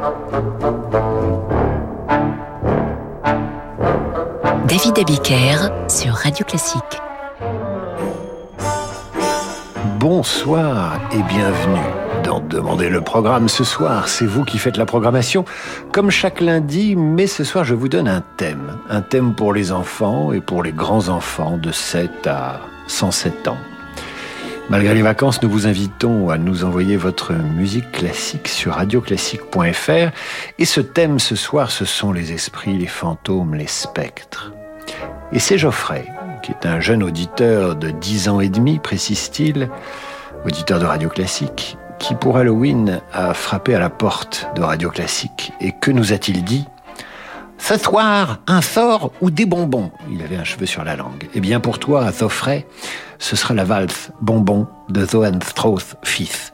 David Abiker sur Radio Classique. Bonsoir et bienvenue dans Demandez le programme. Ce soir, c'est vous qui faites la programmation, comme chaque lundi, mais ce soir, je vous donne un thème pour les enfants et pour les grands-enfants de 7 à 107 ans. Malgré les vacances, nous vous invitons à nous envoyer votre musique classique sur radioclassique.fr. Et ce thème ce soir, ce sont les esprits, les fantômes, les spectres. Et c'est Geoffrey, qui est un jeune auditeur de 10 ans et demi, précise-t-il, auditeur de Radio Classique, qui pour Halloween a frappé à la porte de Radio Classique. Et que nous a-t-il dit ? Ce soir, un sort ou des bonbons. Il avait un cheveu sur la langue. Eh bien pour toi, Geoffrey, ce sera la valse Bonbon de Johann Strauss fils.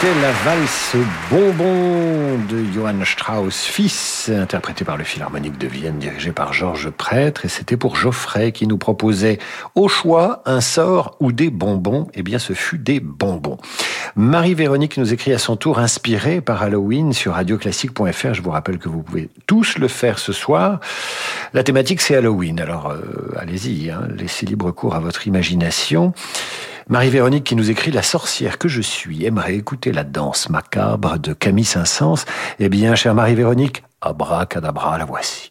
C'était la valse Bonbon de Johann Strauss fils, interprétée par le Philharmonique de Vienne, dirigé par Georges Prêtre, et c'était pour Geoffrey qui nous proposait au choix un sort ou des bonbons. Eh bien, ce fut des bonbons. Marie-Véronique nous écrit à son tour, inspirée par Halloween sur radioclassique.fr. Je vous rappelle que vous pouvez tous le faire ce soir. La thématique, c'est Halloween. Alors, allez-y, laissez libre cours à votre imagination. Marie-Véronique qui nous écrit « La sorcière que je suis aimerait écouter la danse macabre de Camille Saint-Saëns ». Eh bien, chère Marie-Véronique, abracadabra, la voici.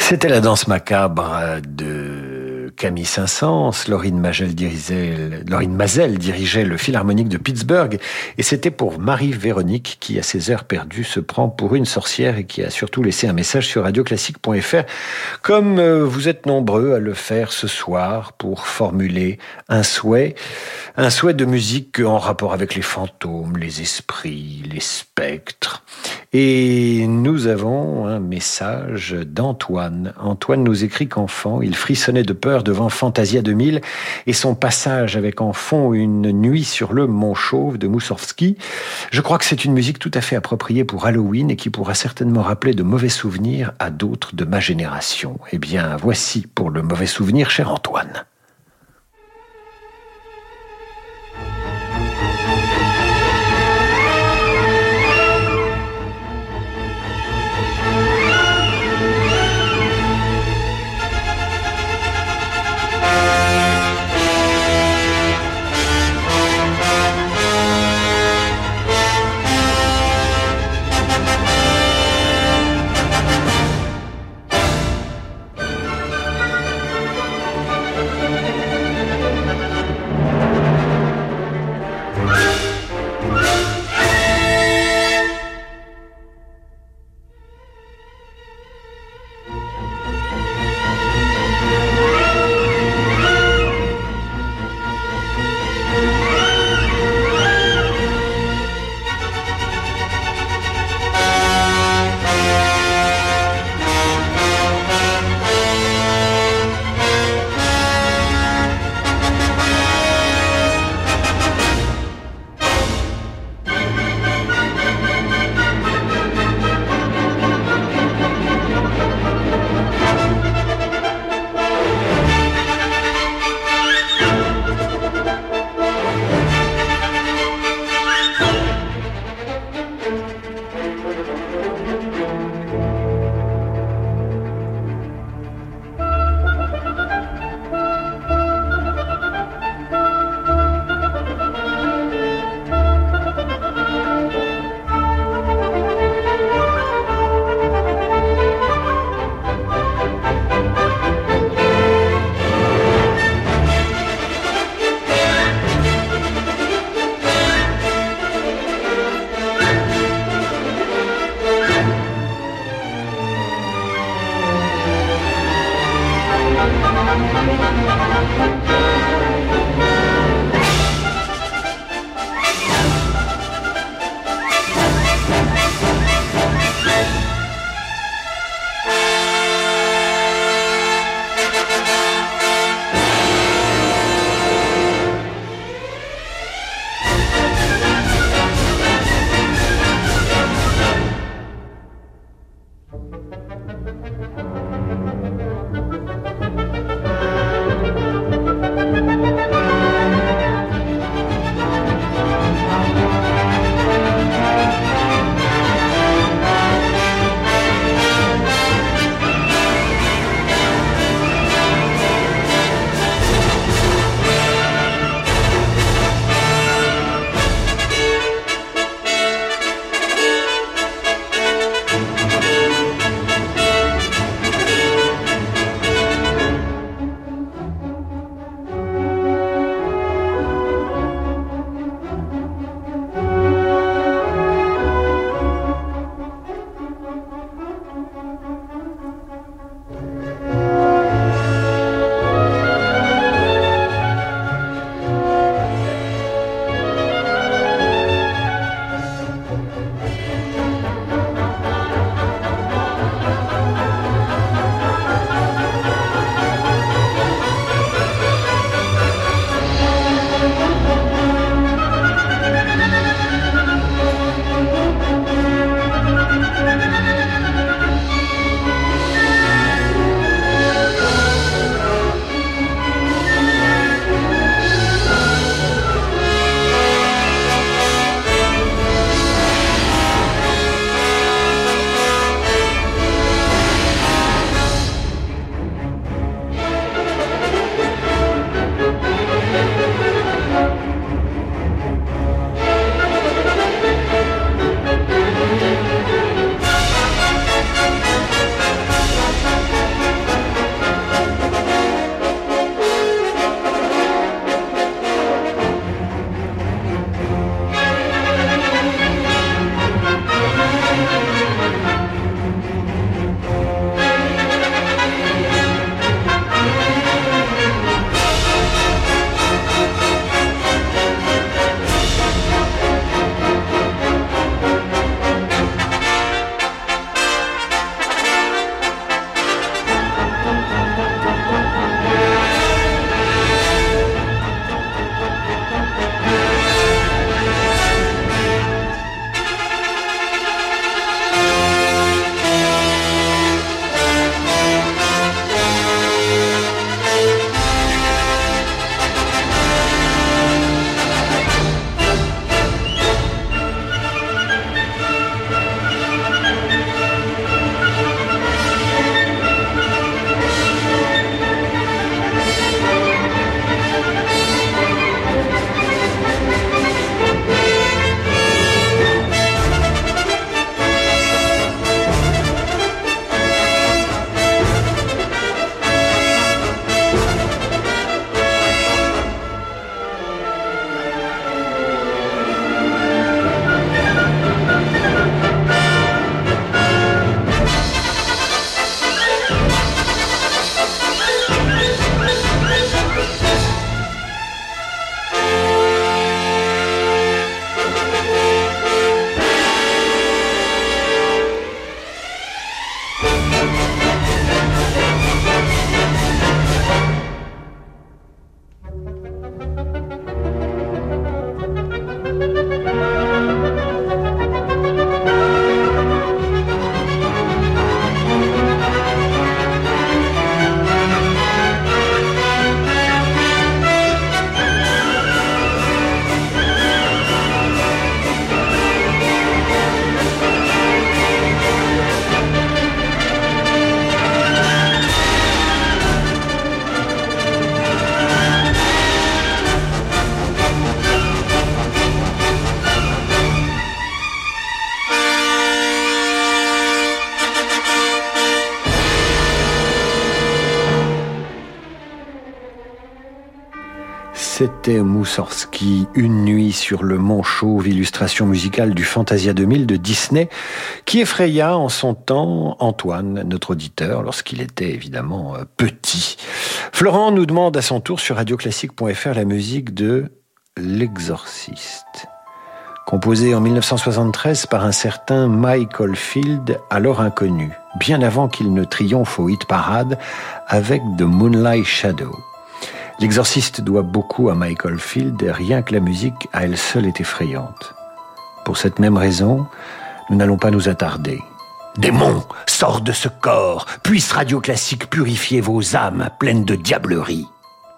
C'était la danse macabre de Camille Saint-Saëns. Laurine Mazel dirigeait le Philharmonique de Pittsburgh et c'était pour Marie-Véronique qui, à ses heures perdues, se prend pour une sorcière et qui a surtout laissé un message sur radioclassique.fr, comme vous êtes nombreux à le faire ce soir pour formuler un souhait de musique en rapport avec les fantômes, les esprits, les spectres. Et nous avons un message d'Antoine. Antoine nous écrit qu'enfant, il frissonnait de peur devant Fantasia 2000 et son passage avec en fond Une nuit sur le Mont Chauve de Moussorgsky. Je crois que c'est une musique tout à fait appropriée pour Halloween et qui pourra certainement rappeler de mauvais souvenirs à d'autres de ma génération. Eh bien, voici pour le mauvais souvenir, cher Antoine. C'était Moussorski, Une nuit sur le Mont Chauve, illustration musicale du Fantasia 2000 de Disney, qui effraya en son temps Antoine, notre auditeur, lorsqu'il était évidemment petit. Florent nous demande à son tour sur radioclassique.fr la musique de L'Exorciste, composée en 1973 par un certain Mike Oldfield, alors inconnu, bien avant qu'il ne triomphe au hit parade avec The Moonlight Shadow. L'Exorciste doit beaucoup à Mike Oldfield, rien que la musique à elle seule est effrayante. Pour cette même raison, nous n'allons pas nous attarder. Démon, sors de ce corps, puisse Radio Classique purifier vos âmes pleines de diablerie.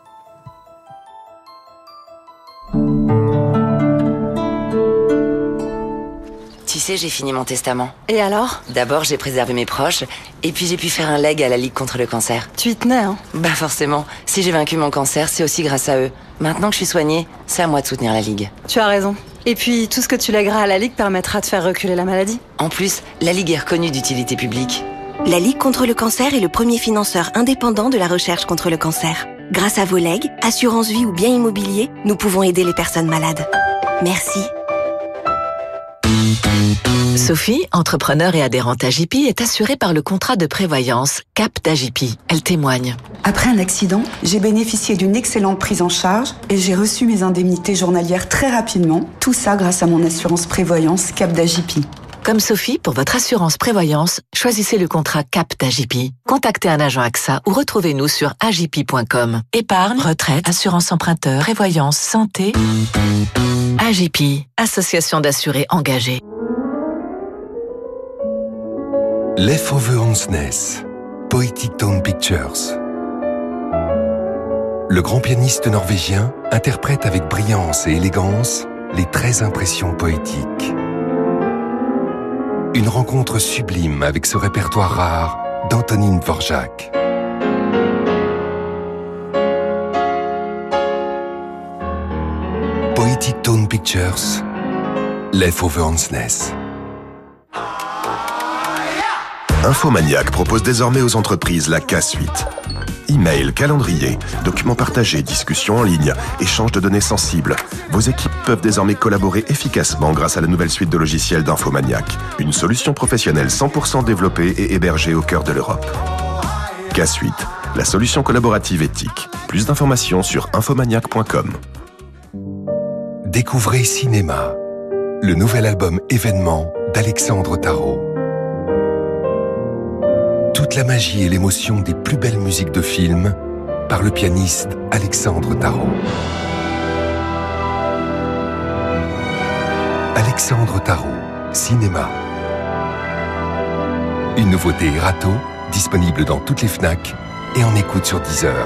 Tu sais, j'ai fini mon testament. Et alors ? D'abord, j'ai préservé mes proches, et puis j'ai pu faire un leg à la Ligue contre le cancer. Tu y tenais, hein ? Bah forcément, si j'ai vaincu mon cancer, c'est aussi grâce à eux. Maintenant que je suis soignée, c'est à moi de soutenir la Ligue. Tu as raison. Et puis, tout ce que tu lègueras à la Ligue permettra de faire reculer la maladie. En plus, la Ligue est reconnue d'utilité publique. La Ligue contre le cancer est le premier financeur indépendant de la recherche contre le cancer. Grâce à vos legs, assurance vie ou bien immobilier, nous pouvons aider les personnes malades. Merci. Sophie, entrepreneure et adhérente à JP, est assurée par le contrat de prévoyance CAP d'AJP. Elle témoigne. Après un accident, j'ai bénéficié d'une excellente prise en charge et j'ai reçu mes indemnités journalières très rapidement. Tout ça grâce à mon assurance prévoyance CAP d'AJP. Comme Sophie, pour votre assurance prévoyance, choisissez le contrat CAP d'AJP. Contactez un agent AXA ou retrouvez-nous sur ajp.com. Épargne, retraite, assurance emprunteur, prévoyance, santé. AJP, association d'assurés engagés. Leftover Hansness, Poetic Tone Pictures. Le grand pianiste norvégien interprète avec brillance et élégance les 13 impressions poétiques. Une rencontre sublime avec ce répertoire rare d'Antonín Dvořák. Poetic Tone Pictures, Leftover Hansness. Infomaniac propose désormais aux entreprises la K-Suite. Email, calendrier, documents partagés, discussions en ligne, échange de données sensibles. Vos équipes peuvent désormais collaborer efficacement grâce à la nouvelle suite de logiciels d'Infomaniac. Une solution professionnelle 100% développée et hébergée au cœur de l'Europe. K-Suite, la solution collaborative éthique. Plus d'informations sur infomaniac.com. Découvrez Cinéma, le nouvel album événement d'Alexandre Tarot. Toute la magie et l'émotion des plus belles musiques de film par le pianiste Alexandre Tarot. Alexandre Tarot, Cinéma. Une nouveauté Rato, disponible dans toutes les Fnac et en écoute sur Deezer.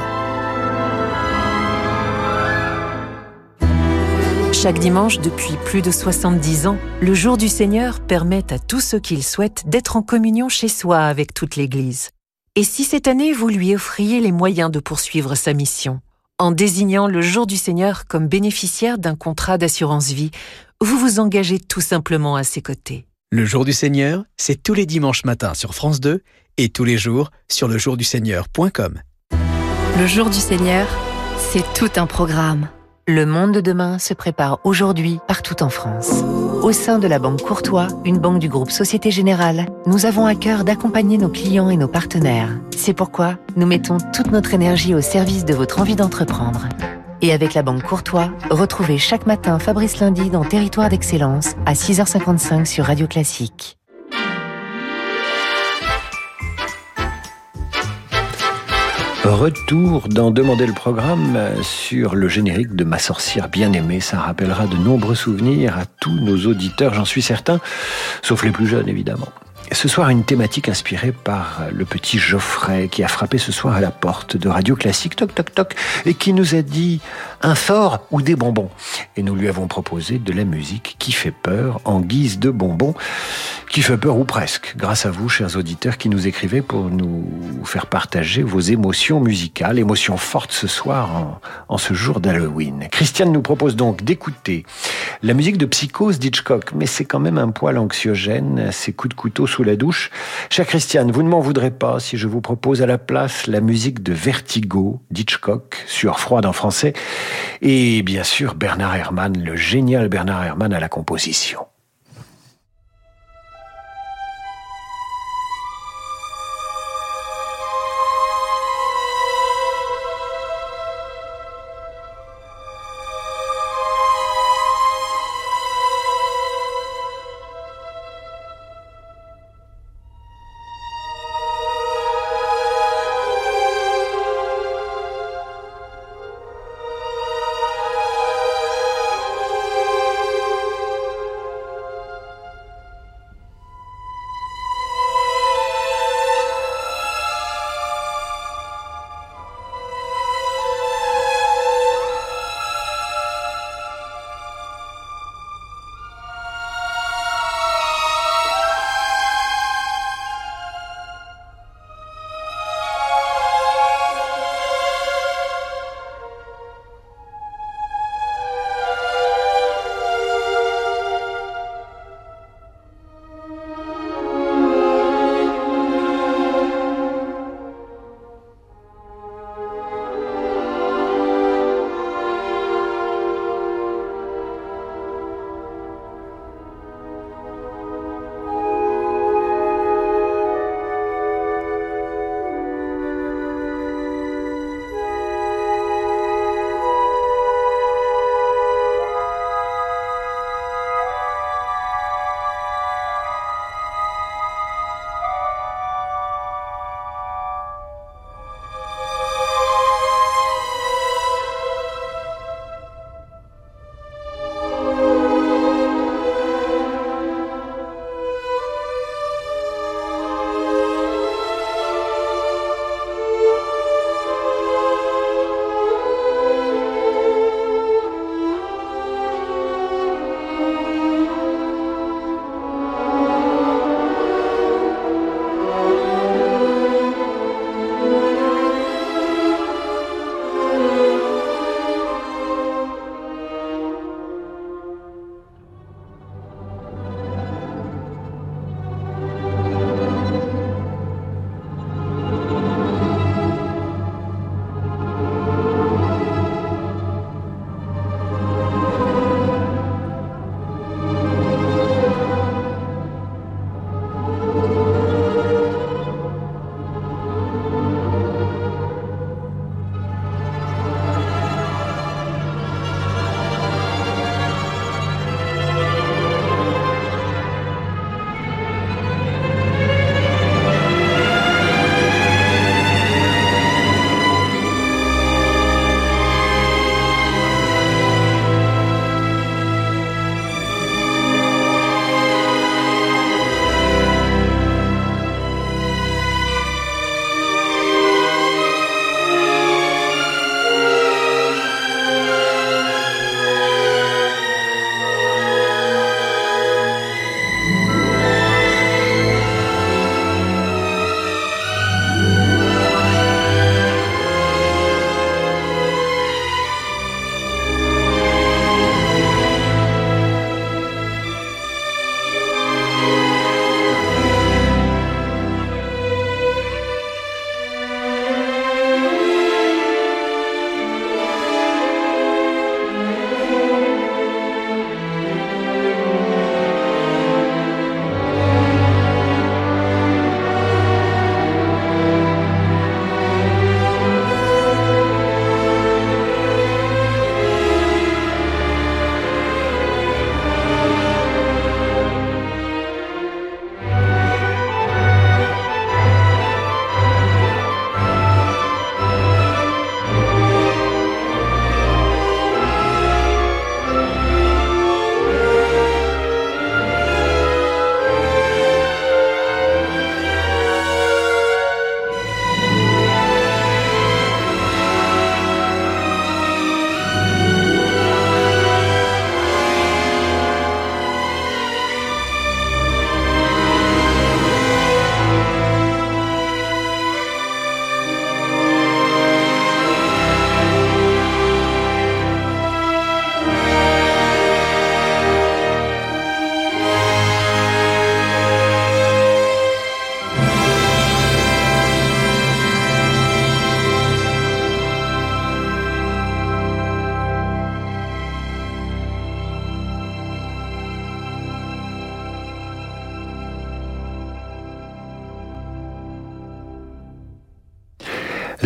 Chaque dimanche, depuis plus de 70 ans, le Jour du Seigneur permet à tous ceux qui le souhaitent d'être en communion chez soi avec toute l'Église. Et si cette année, vous lui offriez les moyens de poursuivre sa mission, en désignant le Jour du Seigneur comme bénéficiaire d'un contrat d'assurance vie, vous vous engagez tout simplement à ses côtés. Le Jour du Seigneur, c'est tous les dimanches matins sur France 2 et tous les jours sur lejourduseigneur.com. Le Jour du Seigneur, c'est tout un programme. Le monde de demain se prépare aujourd'hui partout en France. Au sein de la Banque Courtois, une banque du groupe Société Générale, nous avons à cœur d'accompagner nos clients et nos partenaires. C'est pourquoi nous mettons toute notre énergie au service de votre envie d'entreprendre. Et avec la Banque Courtois, retrouvez chaque matin Fabrice Lundi dans Territoire d'Excellence à 6h55 sur Radio Classique. Retour dans Demander le programme sur le générique de Ma sorcière bien-aimée. Ça rappellera de nombreux souvenirs à tous nos auditeurs, j'en suis certain, sauf les plus jeunes évidemment. Ce soir, une thématique inspirée par le petit Geoffrey qui a frappé ce soir à la porte de Radio Classique, toc toc toc, et qui nous a dit un fort ou des bonbons. Et nous lui avons proposé de la musique qui fait peur en guise de bonbons, qui fait peur ou presque, grâce à vous, chers auditeurs, qui nous écrivez pour nous faire partager vos émotions musicales, émotions fortes ce soir en ce jour d'Halloween. Christiane nous propose donc d'écouter la musique de Psychose d'Hitchcock, mais c'est quand même un poil anxiogène, ces coups de couteau sous sous la douche. Chère Christiane, vous ne m'en voudrez pas si je vous propose à la place la musique de Vertigo d'Hitchcock, Sueur froide en français, et bien sûr Bernard Herrmann, le génial Bernard Herrmann à la composition.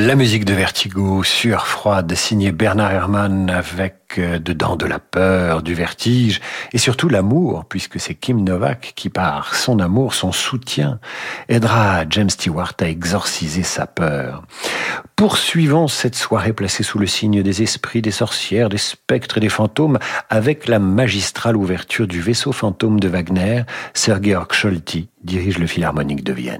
La musique de Vertigo, Sueur froide, signée Bernard Herrmann avec dedans de la peur, du vertige et surtout l'amour, puisque c'est Kim Novak qui, par son amour, son soutien, aidera James Stewart à exorciser sa peur. Poursuivons cette soirée placée sous le signe des esprits, des sorcières, des spectres et des fantômes avec la magistrale ouverture du Vaisseau fantôme de Wagner. Sir Georg Scholti dirige le Philharmonique de Vienne.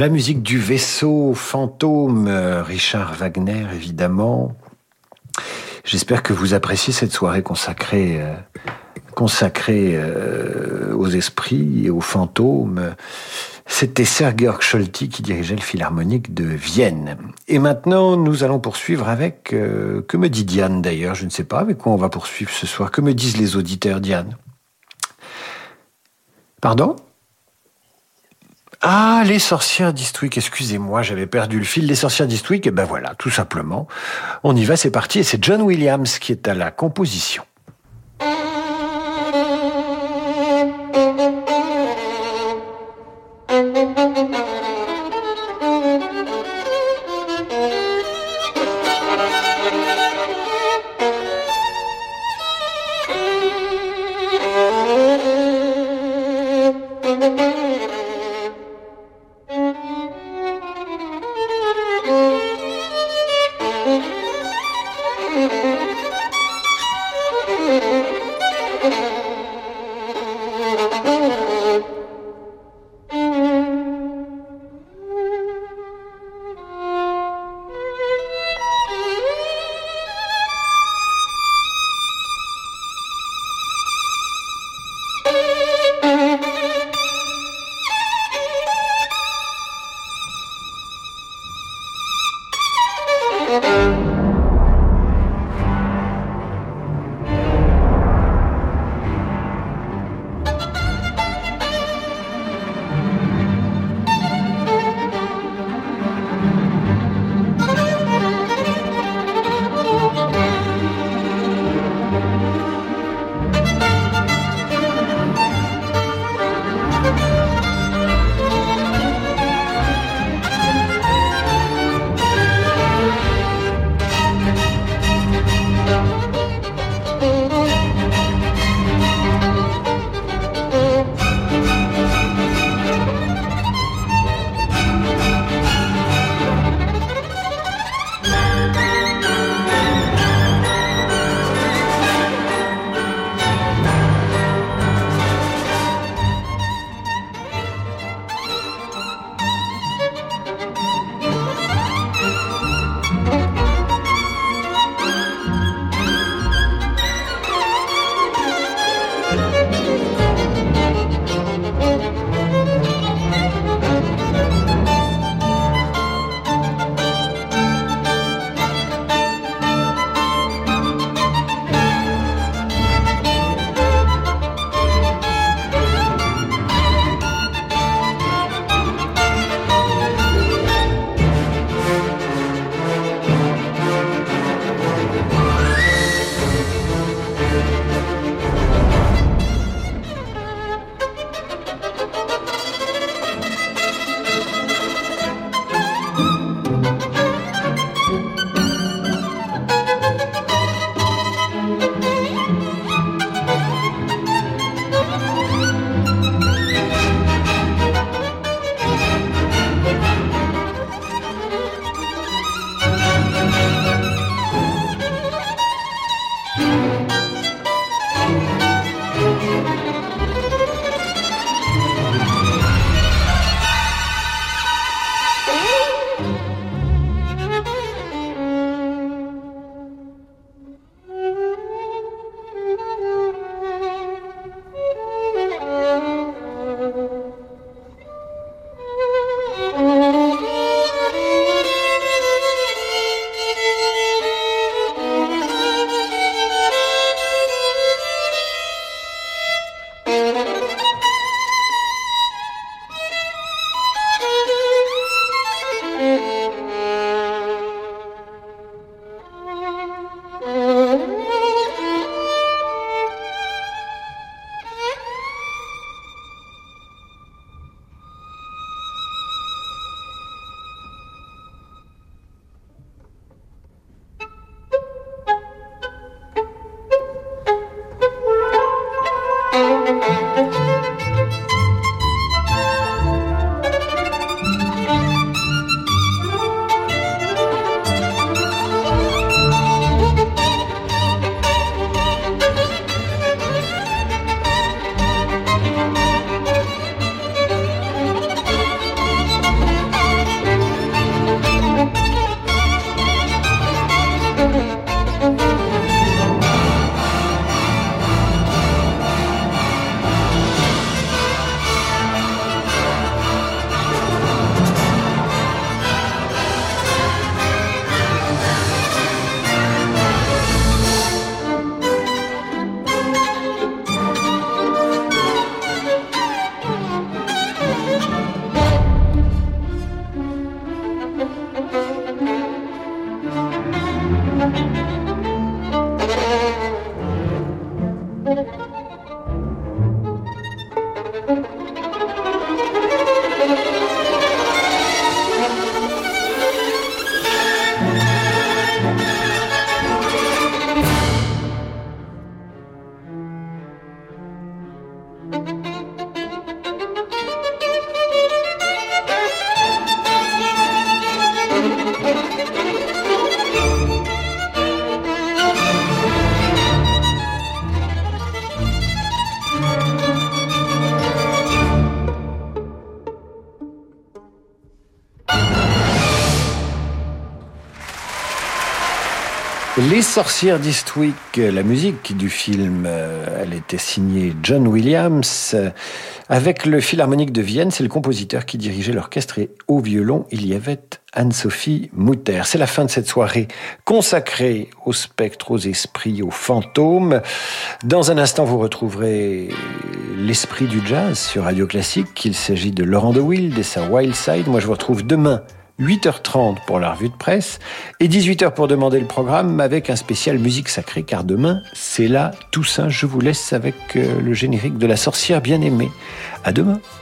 La musique du vaisseau fantôme, Richard Wagner, évidemment. J'espère que vous appréciez cette soirée consacrée aux esprits et aux fantômes. C'était Serge Scholti qui dirigeait le Philharmonique de Vienne. Et maintenant, nous allons poursuivre avec... que me dit Diane d'ailleurs? Je ne sais pas avec quoi on va poursuivre ce soir. Que me disent les auditeurs, Diane? Pardon? Ah, les sorcières d'Eastwick, excusez-moi, j'avais perdu le fil. Les sorcières d'Eastwick, et ben voilà, tout simplement. On y va, c'est parti. Et c'est John Williams qui est à la composition. Les sorcières d'Eastwick, la musique du film, elle était signée John Williams. Avec le Philharmonique de Vienne, c'est le compositeur qui dirigeait l'orchestre et au violon, il y avait Anne-Sophie Mutter. C'est la fin de cette soirée consacrée aux spectres, aux esprits, aux fantômes. Dans un instant, vous retrouverez l'esprit du jazz sur Radio Classique. Il s'agit de Laurent de Wild et sa Wild Side. Moi, je vous retrouve demain 8h30 pour la revue de presse et 18h pour demander le programme avec un spécial musique sacrée car demain c'est la Toussaint. Je vous laisse avec le générique de La Sorcière bien-aimée. À demain.